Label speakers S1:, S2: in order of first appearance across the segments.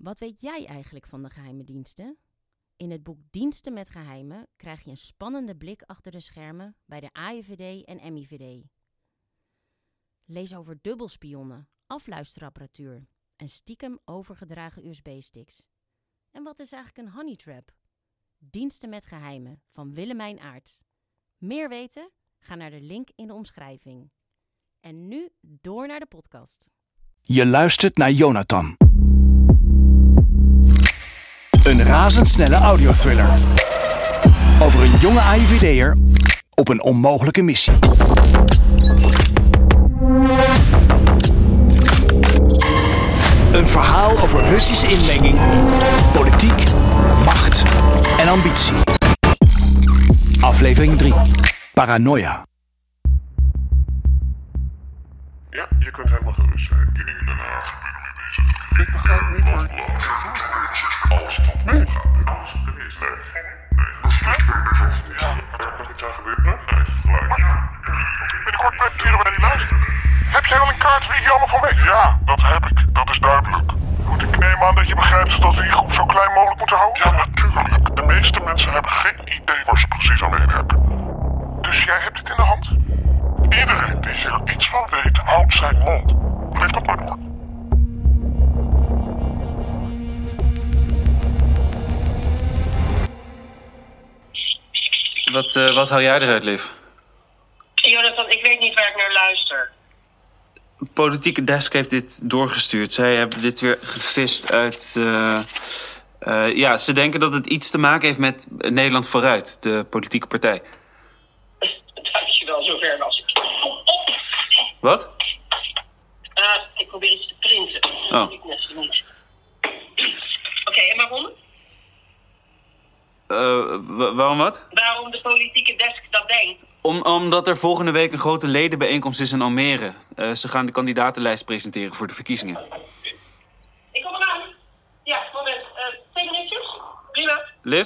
S1: Wat weet jij eigenlijk van de geheime diensten? In het boek Diensten met Geheimen krijg je een spannende blik achter de schermen bij de AIVD en MIVD. Lees over dubbelspionnen, afluisterapparatuur en stiekem overgedragen USB-sticks. En wat is eigenlijk een honey trap? Diensten met Geheimen van Willemijn Aarts. Meer weten? Ga naar de link in de omschrijving. En nu door naar de podcast.
S2: Je luistert naar Jonathan. Een razendsnelle audiothriller. Over een jonge AIVD'er op een onmogelijke missie. Een verhaal over Russische inmenging, politiek, macht en ambitie. Aflevering 3. Paranoia.
S3: Ja, je kunt helemaal gerust zijn. Ik ben in Den Haag, ik ben ermee bezig. Ik begrijp niet waar je... Alles tot mee gaat. Alles is geweest. Nee. Dus ik ben er zo voor. Er nog iets aan gebeurd? Nee, gelijk. Binnenkort presenteren we naar die lijst. Heb jij al een kaart wie je allemaal van weet? Ja, dat heb ik. Dat is duidelijk. Goed, ik neem aan dat je begrijpt dat we die groep zo klein mogelijk moeten houden? Ja, natuurlijk. De meeste mensen hebben geen idee waar ze precies aan meewerken. Dus jij hebt het in de hand? Iedereen die hier iets van weet, houdt zijn mond. Geef dat maar door.
S4: Wat hou jij eruit, Liv?
S5: Jonathan, ik weet niet waar ik naar luister.
S4: Politieke desk heeft dit doorgestuurd. Zij hebben dit weer gevist uit... ze denken dat het iets te maken heeft met Nederland Vooruit, de politieke partij.
S5: Dankjewel, zover was ik.
S4: Wat?
S5: Ik probeer iets te printen.
S4: Oh.
S5: Dat ik net zo niet. Oké, en waarom?
S4: Waarom wat?
S5: Waarom de politieke desk dat denkt?
S4: Omdat er volgende week een grote ledenbijeenkomst is in Almere. Ze gaan de kandidatenlijst presenteren voor de verkiezingen.
S5: Ik kom eraan. Ja, moment. 2 minuutjes. Prima.
S4: Liv?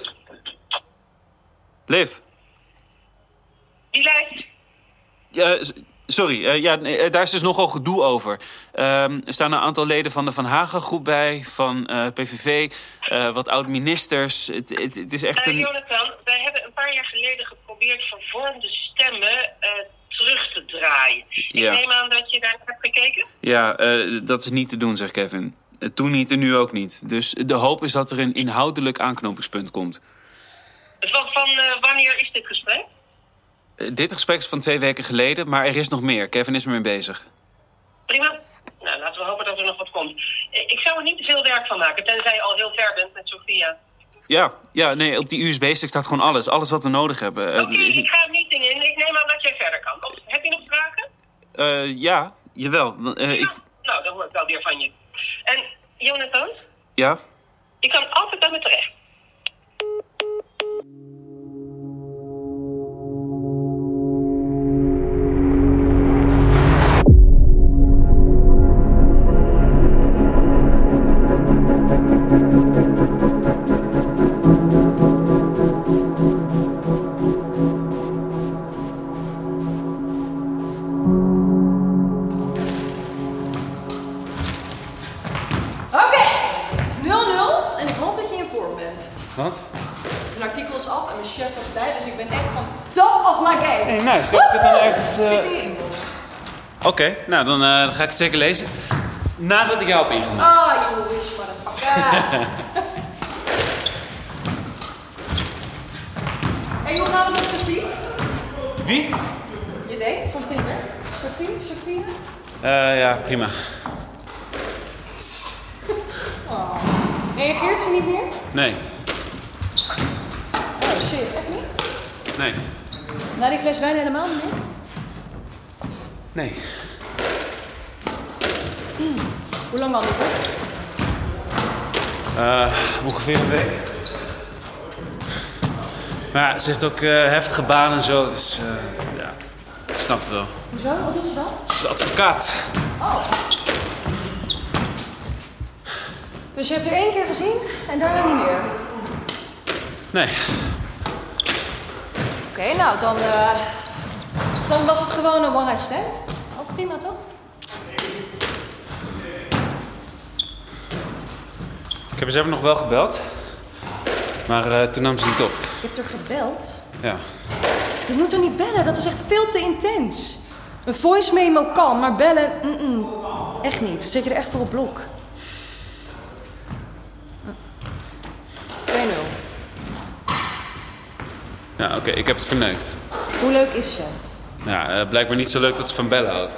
S4: Liv?
S5: Die lijst.
S4: Sorry, daar is dus nogal gedoe over. Er staan een aantal leden van de Van Haga groep bij, van PVV, wat oud-ministers. Het is echt een...
S5: Jonathan, wij hebben een paar jaar geleden geprobeerd vervormde stemmen terug te draaien.
S4: Ja.
S5: Ik neem aan dat je daar hebt gekeken?
S4: Ja, dat is niet te doen, zegt Kevin. Toen niet en nu ook niet. Dus de hoop is dat er een inhoudelijk aanknopingspunt komt.
S5: Van wanneer is dit gesprek?
S4: Dit gesprek is van 2 weken geleden, maar er is nog meer. Kevin is ermee bezig.
S5: Prima. Nou, laten we hopen dat er nog wat komt. Ik zou er niet te veel werk van maken, tenzij je al heel ver bent met Sofia.
S4: Nee, op die USB-stick staat gewoon alles. Alles wat we nodig hebben.
S5: Oké, ik ga een meeting in. Ik neem aan dat jij verder kan. Of heb je nog vragen?
S4: Ja, jawel.
S5: Nou, dan hoor ik wel weer van je. En, Jonathan?
S4: Ja?
S5: Je kan altijd bij me terecht.
S6: Wat? Mijn artikel is af en mijn chef was blij, dus ik ben echt van top of my game.
S4: Hey, nice. Kan ik het dan ergens...
S6: Zit in je inbox.
S4: Oké, nou dan ga ik het zeker lezen. Nadat ik jou heb ingemaakt.
S6: Oh, you wish, motherfucker. Hey, hoe gaat het met Sophie?
S4: Wie?
S6: Je date van Tinder? Sophie?
S4: Ja, prima.
S6: Oh. Reageert ze niet meer?
S4: Nee.
S6: Oh shit, echt niet?
S4: Nee.
S6: Na die fles wijn helemaal niet meer?
S4: Nee.
S6: Hoe lang al niet, hè?
S4: Ongeveer een week. Maar ja, ze heeft ook heftige baan en zo, dus ja, ik snap het wel.
S6: Hoezo? Wat doet ze dan?
S4: Ze is advocaat.
S6: Oh. Dus je hebt haar 1 keer gezien en daarna niet meer?
S4: Nee.
S6: Oké, nou dan was het gewoon een one-night stand. Ook prima, toch?
S4: Ik heb haar zelf nog wel gebeld. Maar toen nam ze niet op.
S6: Je hebt er gebeld?
S4: Ja.
S6: Je moet er niet bellen, dat is echt veel te intens. Een voice memo kan, maar bellen... Echt niet, zet je er echt voor op blok. 2-0.
S4: Ja, oké, ik heb het verneukt.
S6: Hoe leuk is ze?
S4: Ja, blijkbaar niet zo leuk dat ze van bellen houdt.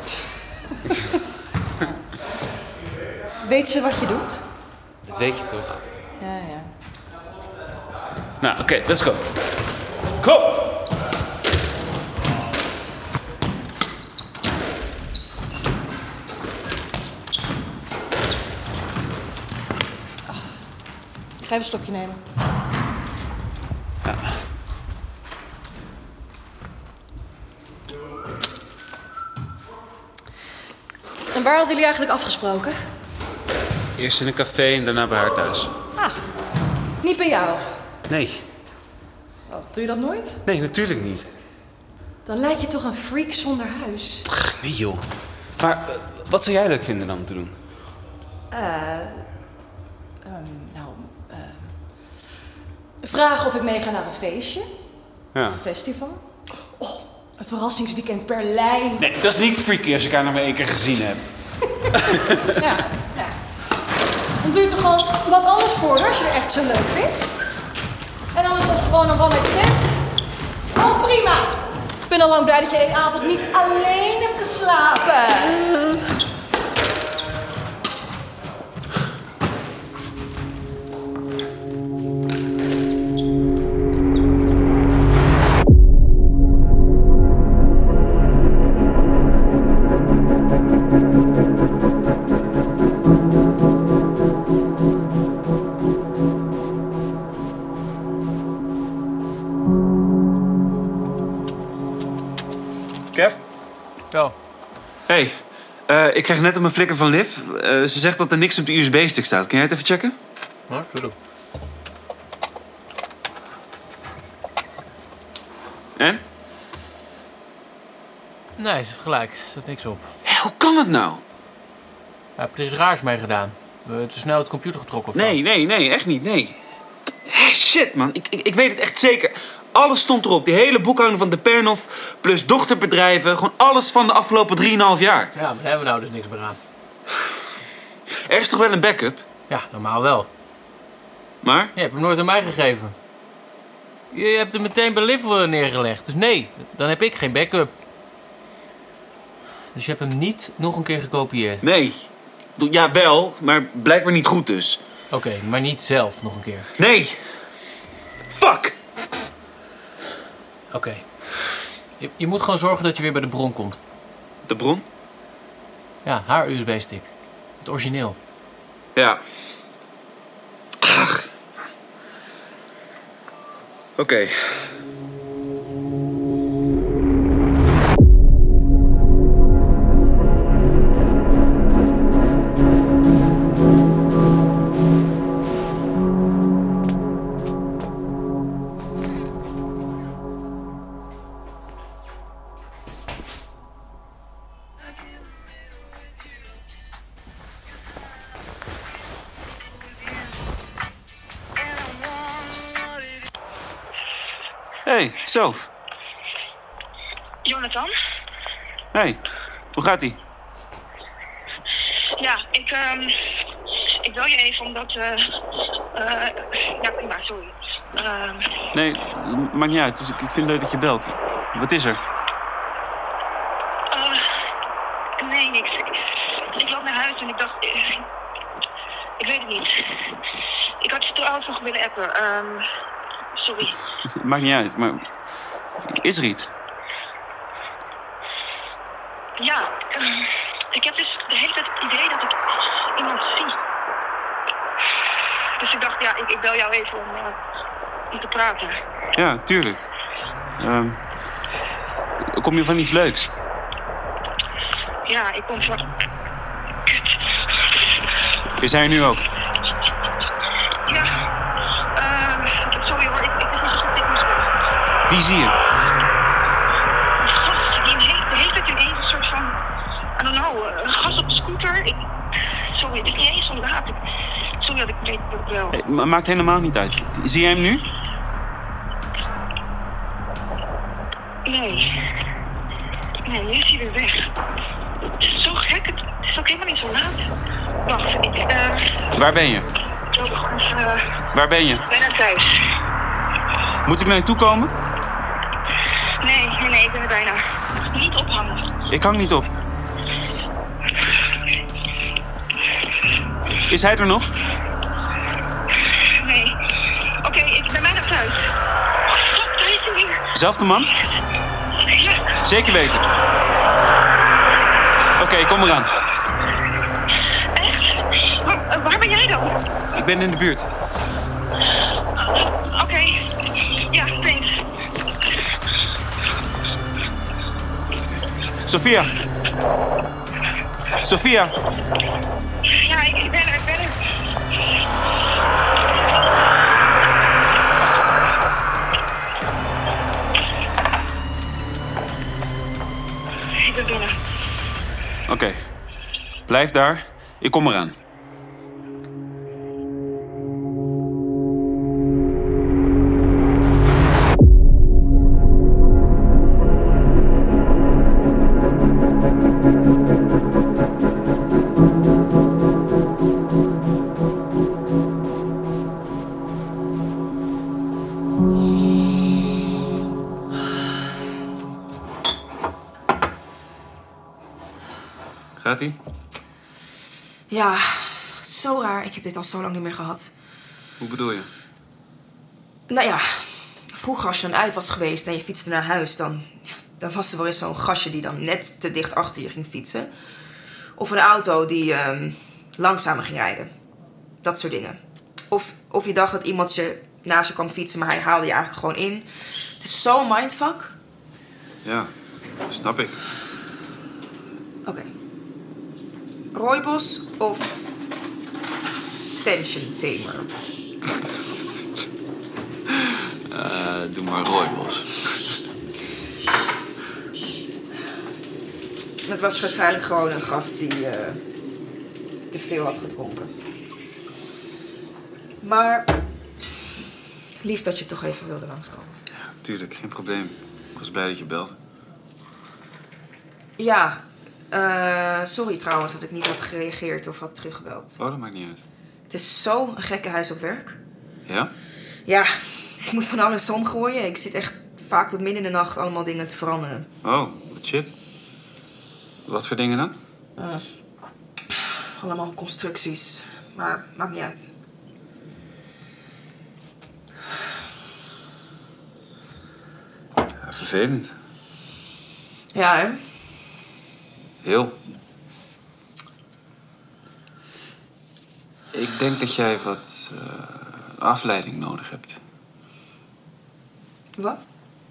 S6: Weet ze wat je doet?
S4: Dat weet je toch?
S6: Ja.
S4: Nou, oké, let's go. Kom!
S6: Ik ga even een slokje nemen.
S4: Ja.
S6: En waar hadden jullie eigenlijk afgesproken?
S4: Eerst in een café en daarna bij haar thuis.
S6: Niet bij jou.
S4: Nee,
S6: Doe je dat nooit?
S4: nee, natuurlijk niet.
S6: Dan lijk je toch een freak zonder huis.
S4: Nee joh. Maar wat zou jij leuk vinden dan om te doen?
S6: Vragen of ik mee ga naar een feestje.
S4: Ja.
S6: Een festival. Oh, een verrassingsweekend Berlijn.
S4: Nee, dat is niet freaky als je elkaar nog maar 1 keer gezien hebt.
S6: Ja. Dan doe je toch gewoon wat anders voor haar als je er echt zo leuk vindt. En anders was het gewoon een one-night stand. Oh, prima. Ik ben al lang blij dat je 1 avond niet alleen hebt geslapen.
S4: Kev?
S7: Ja.
S4: Hey, ik krijg net op mijn flikker van Liv. Ze zegt dat er niks op de USB-stick staat. Kun jij het even checken?
S7: Ja, tuurlijk.
S4: En?
S7: Nee, ze heeft gelijk. Er staat niks op.
S4: Hé, hoe kan het nou?
S7: Heb je er iets raars mee gedaan? We hebben te snel uit de computer getrokken of zo?
S4: Nee, echt niet, nee. Hé, shit man, ik weet het echt zeker. Alles stond erop. Die hele boekhouding van de Pernhoff, plus dochterbedrijven. Gewoon alles van de afgelopen 3,5 jaar.
S7: Ja, maar daar hebben we nou dus niks meer aan.
S4: Er is toch wel een backup?
S7: Ja, normaal wel.
S4: Maar?
S7: Je hebt hem nooit aan mij gegeven. Je hebt hem meteen bij Liv neergelegd. Dus nee, dan heb ik geen backup. Dus je hebt hem niet nog een keer gekopieerd?
S4: Nee. Ja, wel, maar blijkbaar niet goed dus.
S7: Oké, maar niet zelf nog een keer?
S4: Nee. Fuck.
S7: Oké. Je moet gewoon zorgen dat je weer bij de bron komt.
S4: De bron?
S7: Ja, haar USB-stick. Het origineel.
S4: Ja. Oké. Hey, Sof.
S8: Jonathan?
S4: Hey, hoe gaat ie?
S8: Ja, ik bel je even omdat... ja, prima, sorry.
S4: Nee, maakt niet uit. Dus ik vind het leuk dat je belt. Wat is er?
S8: Nee, niks. Ik loop naar huis en ik dacht... ik weet het niet. Ik had je trouwens nog willen appen. Sorry.
S4: Maakt niet uit, maar... Is er iets?
S8: Ja, ik heb dus de hele tijd het idee dat ik iemand zie. Dus ik dacht, ja, ik bel jou even om te praten.
S4: Ja, tuurlijk. Kom je van iets leuks?
S8: Ja, ik kom van... Kut.
S4: Is hij er nu ook?
S8: Ja, sorry hoor, ik wist niet zo goed dit moest doen.
S4: Wie zie je?
S8: Een gast die de hele tijd ineens een soort van... I don't know, een gast op de scooter. Sorry, het is niet eens zo laat. Sorry dat ik weet Wel.
S4: Maakt helemaal niet uit. Zie jij hem nu?
S8: Nee. Nee, nu is hij weer weg. Het is zo gek. Het is ook helemaal niet zo laat. Wacht,
S4: Waar ben je? Waar ben je?
S8: Ik ben naar thuis.
S4: Moet ik naar je toe komen?
S8: Nee, ik ben er bijna. Niet ophangen.
S4: Ik hang niet op. Is hij er nog?
S8: Nee. Oké, ik ben bijna thuis. Stop, daar is hij weer.
S4: Zelfde man?
S8: Ja.
S4: Zeker weten. Oké, kom eraan.
S8: Echt? Waar ben jij dan?
S4: Ik ben in de buurt.
S8: Oké. Ja, thanks.
S4: Sophia. Sophia.
S8: Ja, ik ben er. Ik ben binnen.
S4: Oké. Blijf daar. Ik kom eraan. Gaat-ie?
S9: Ja, zo raar. Ik heb dit al zo lang niet meer gehad.
S4: Hoe bedoel je?
S9: Nou ja, vroeger als je dan uit was geweest en je fietste naar huis... dan was er wel eens zo'n gastje die dan net te dicht achter je ging fietsen. Of een auto die langzamer ging rijden. Dat soort dingen. Of je dacht dat iemand je naast je kwam fietsen, maar hij haalde je eigenlijk gewoon in. Het is zo'n mindfuck.
S4: Ja, snap ik.
S9: Oké. Rooibos of tension tamer?
S4: Doe maar rooibos.
S9: Het was waarschijnlijk gewoon een gast die te veel had gedronken. Maar lief dat je toch even wilde langskomen.
S4: Ja, tuurlijk, geen probleem. Ik was blij dat je belde.
S9: Ja, sorry trouwens dat ik niet had gereageerd of had teruggebeld.
S4: Oh, dat maakt niet uit.
S9: Het is zo een gekke huis op werk.
S4: Ja?
S9: Ja, ik moet van alles omgooien. Ik zit echt vaak tot midden in de nacht allemaal dingen te veranderen.
S4: Oh, wat shit. Wat voor dingen dan?
S9: Allemaal constructies. Maar maakt niet uit.
S4: Ja, vervelend.
S9: Ja, hè?
S4: Heel. Ik denk dat jij wat afleiding nodig hebt.
S9: Wat?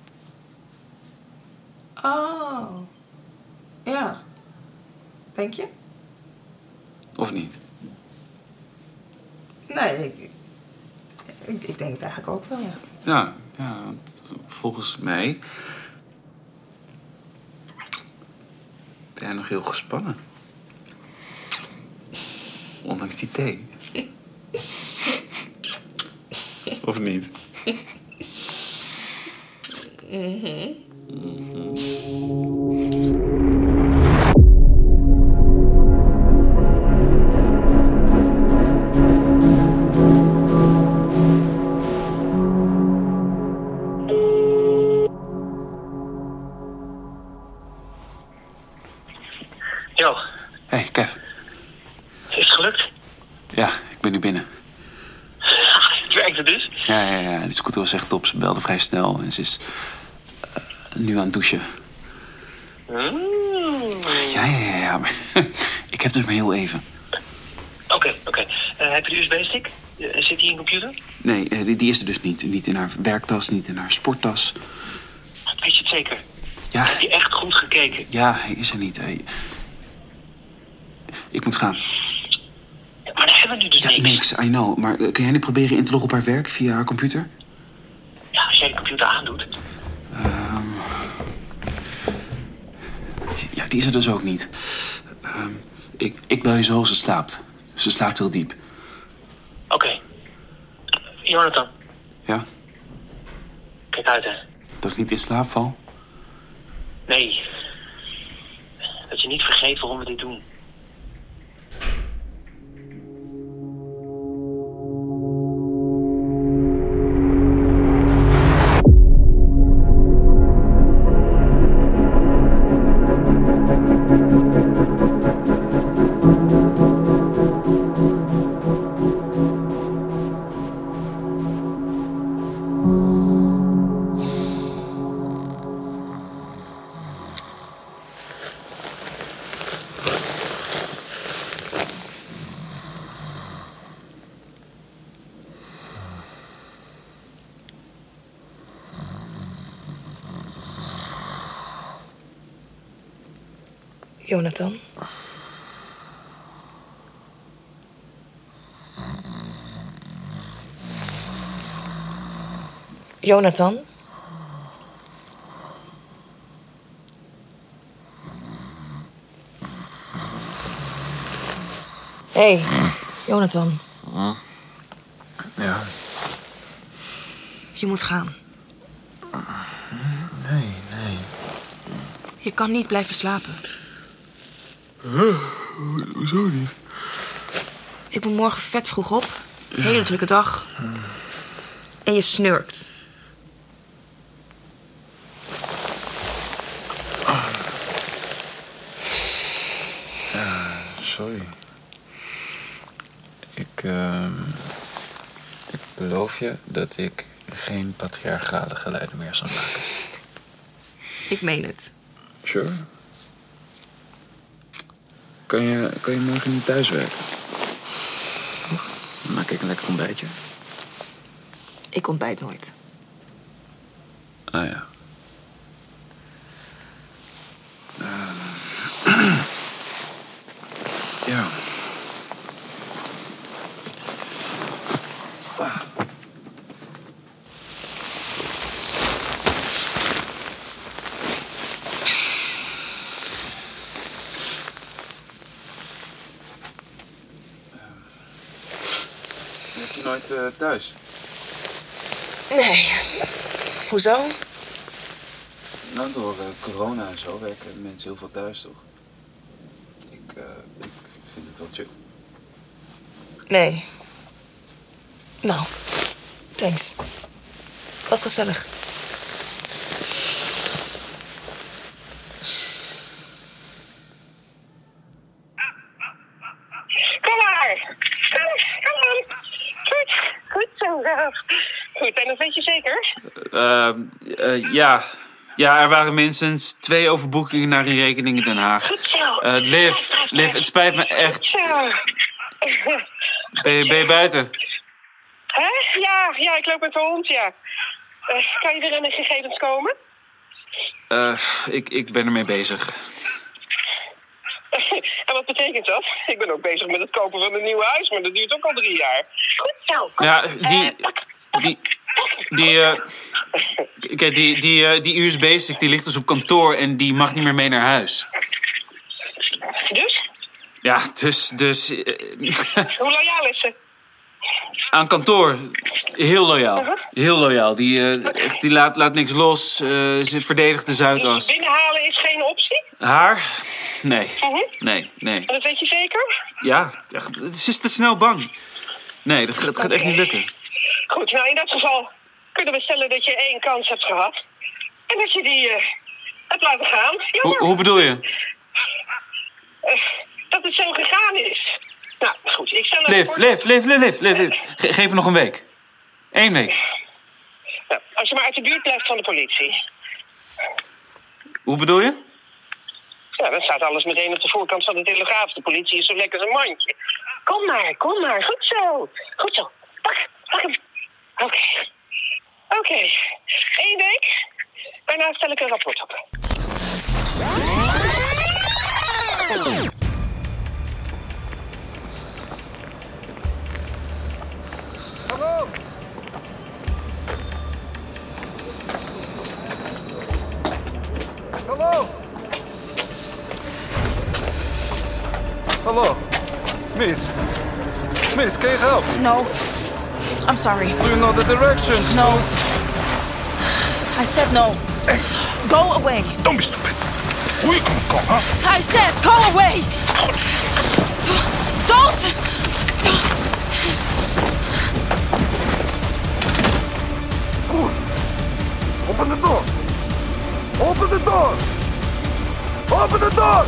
S9: Oh. Ja. Denk je?
S4: Of niet?
S9: Nee, ik denk het eigenlijk ook wel, ja.
S4: Ja, want volgens mij ben jij nog heel gespannen. Ondanks die thee. Of niet?
S5: Yo.
S4: Hey, Kev.
S5: Is het gelukt?
S4: Ja, ik ben nu binnen.
S5: Het werkte dus?
S4: Ja. De scooter was echt top. Ze belde vrij snel en ze is nu aan het douchen. Ja, maar ik heb dus maar heel even.
S5: Oké. Heb je de USB-stick? Zit die in de computer?
S4: Nee, die is er dus niet. Niet in haar werktas, niet in haar sporttas.
S5: Weet je het zeker?
S4: Ja.
S5: Heb je echt goed gekeken?
S4: Ja, hij is er niet. Ik moet gaan.
S5: Ja, maar dan hebben we nu dus
S4: Ja, niks, I know. Maar kun jij niet proberen in te loggen op haar werk via haar computer?
S5: Ja, als jij de computer aandoet.
S4: Ja, die is er dus ook niet. Ik bel je zo als ze slaapt. Ze slaapt heel diep.
S5: Oké.
S10: Jonathan.
S4: Ja?
S10: Kijk uit, hè.
S4: Dat ik niet in slaap val?
S10: Nee. Dat je niet vergeet waarom we dit doen.
S9: Jonathan. Jonathan. Hey, Jonathan.
S11: Ja.
S9: Je moet gaan.
S11: Nee.
S9: Je kan niet blijven slapen.
S11: Hoezo niet?
S9: Ik moet morgen vet vroeg op. Hele drukke dag. En je snurkt.
S11: Sorry. Ik beloof je dat ik geen patriarchale geluiden meer zal maken.
S9: Ik meen het.
S11: Sure. Kan je morgen niet thuiswerken? Dan maak ik een lekker ontbijtje.
S9: Ik ontbijt nooit.
S11: Ah ja. Ja. Heb je nooit thuis?
S9: Nee. Hoezo?
S11: Nou, door corona en zo werken mensen heel veel thuis, toch? Ik vind het wel chill.
S9: Nee. Nou, thanks. Was gezellig.
S5: Kom maar. Kom aan. Goed zo. Goed, en dat weet je zeker?
S4: Ja. Ja, er waren minstens 2 overboekingen naar die rekening in Den Haag.
S5: Goed zo.
S4: Liv, het spijt me echt.
S5: Zo.
S4: Ben je buiten?
S5: Hè? Ja, ik loop met de hond, ja. Kan je weer in de gegevens komen?
S4: Ik ben ermee bezig.
S5: En wat betekent dat? Ik ben ook bezig met het kopen van een nieuw huis, maar dat duurt ook al 3 jaar. Goed zo.
S4: Ja, die USB-stick die ligt dus op kantoor en die mag niet meer mee naar huis.
S5: Dus?
S4: Ja, dus
S5: Hoe loyaal is ze?
S4: aan kantoor, heel loyaal. Heel loyaal. Die laat niks los. Ze verdedigt de Zuidas.
S5: Binnenhalen is geen optie?
S4: Haar? Nee. Nee.
S5: En dat weet je zeker?
S4: Ja, ze is te snel bang. Nee, dat gaat echt niet lukken.
S5: Goed, nou in dat geval kunnen we stellen dat je 1 kans hebt gehad. En dat je die hebt laten gaan.
S4: Hoe bedoel je?
S5: Dat het zo gegaan is. Nou, goed, ik stel
S4: Liv. Geef me nog een week. 1 week.
S5: Nou, als je maar uit de buurt blijft van de politie.
S4: Hoe bedoel je?
S5: Ja, dan staat alles meteen op de voorkant van de Telegraaf. De politie is zo lekker als een mandje. Kom maar. Goed zo. Pak hem. Oké. 1 week. Daarna stel ik een rapport op.
S12: Hallo! Hallo? Miss, kan je helpen?
S13: Nou,
S6: I'm sorry.
S12: Do you know the directions?
S6: No. I said no. Go away.
S3: Don't be stupid. Who you gonna call, huh?
S6: I said go away. Don't.
S12: Open the door. Open the door. Open the door.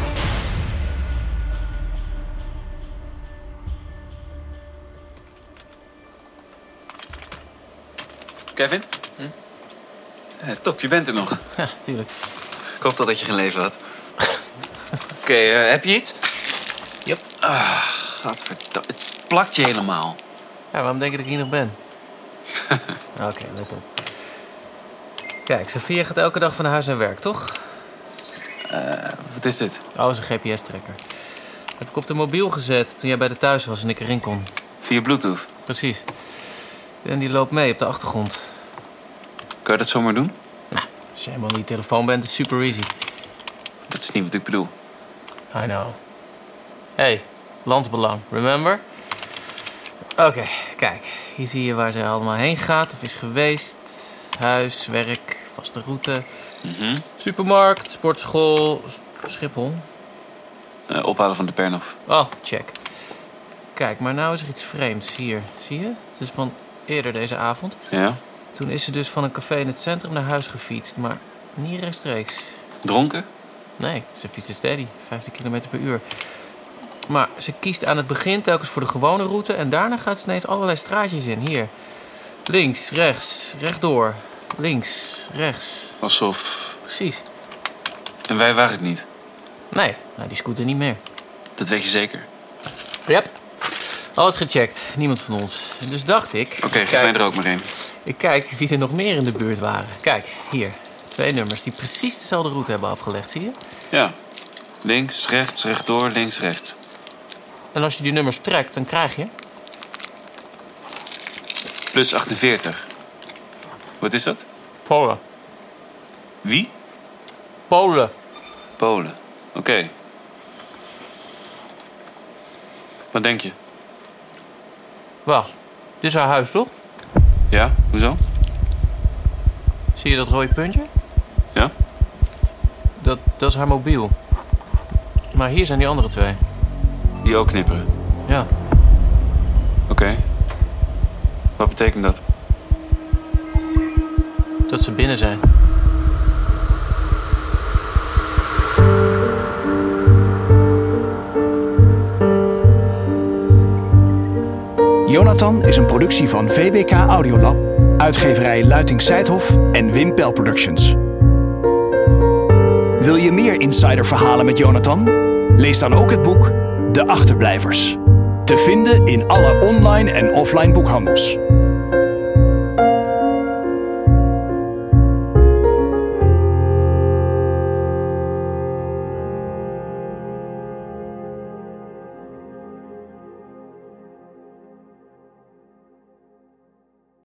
S4: Kevin? Top, je bent er nog.
S7: Ja, tuurlijk.
S4: Ik hoop toch dat je geen leven had. Oké, heb je iets?
S7: Yep.
S4: Gadverdamme, het plakt je helemaal.
S7: Ja, waarom denk je dat ik hier nog ben? Oké, let op. Kijk, Sofia gaat elke dag van huis naar werk, toch?
S4: Wat is dit?
S7: Oh, is een GPS-trekker. Heb ik op de mobiel gezet toen jij bij de thuis was en ik erin kon.
S4: Via Bluetooth?
S7: Precies. En die loopt mee op de achtergrond.
S4: Kan je dat zomaar doen?
S7: Nou, als je helemaal niet je telefoon bent, is het super easy.
S4: Dat is niet wat ik bedoel.
S7: I know. Hey, landsbelang, remember? Oké, kijk. Hier zie je waar ze allemaal heen gaat of is geweest. Huis, werk, vaste route. Supermarkt, sportschool, Schiphol.
S4: Ophalen van de Pernhof.
S7: Oh, check. Kijk, maar nou is er iets vreemds. Hier, zie je? Het is van eerder deze avond.
S4: Ja?
S7: Toen is ze dus van een café in het centrum naar huis gefietst, maar niet rechtstreeks.
S4: Dronken?
S7: Nee, ze fietste steady, 15 km per uur. Maar ze kiest aan het begin telkens voor de gewone route en daarna gaat ze ineens allerlei straatjes in. Hier, links, rechts, rechtdoor, links, rechts.
S4: Alsof...
S7: Precies.
S4: En wij waren het niet?
S7: Nee, nou, die scooter niet meer.
S4: Dat weet je zeker?
S7: Yep. Alles gecheckt, niemand van ons. En dus dacht ik...
S4: Oké, geef mij er ook maar één.
S7: Ik kijk wie er nog meer in de buurt waren. Kijk, hier. 2 nummers die precies dezelfde route hebben afgelegd, zie je?
S4: Ja. Links, rechts, rechtdoor, links, rechts.
S7: En als je die nummers trekt, dan krijg je...
S4: Plus 48. Wat is dat?
S7: Polen.
S4: Wie?
S7: Polen.
S4: Polen. Oké. Wat denk je?
S7: Wacht, dit is haar huis, toch?
S4: Ja, hoezo?
S7: Zie je dat rode puntje?
S4: Ja.
S7: Dat is haar mobiel. Maar hier zijn die andere 2.
S4: Die ook knipperen?
S7: Ja.
S4: Oké. Wat betekent dat?
S7: Dat ze binnen zijn.
S2: Jonathan is een productie van VBK Audiolab, uitgeverij Luiting-Seithof en Wim Pel Productions. Wil je meer insiderverhalen met Jonathan? Lees dan ook het boek De Achterblijvers. Te vinden in alle online en offline boekhandels.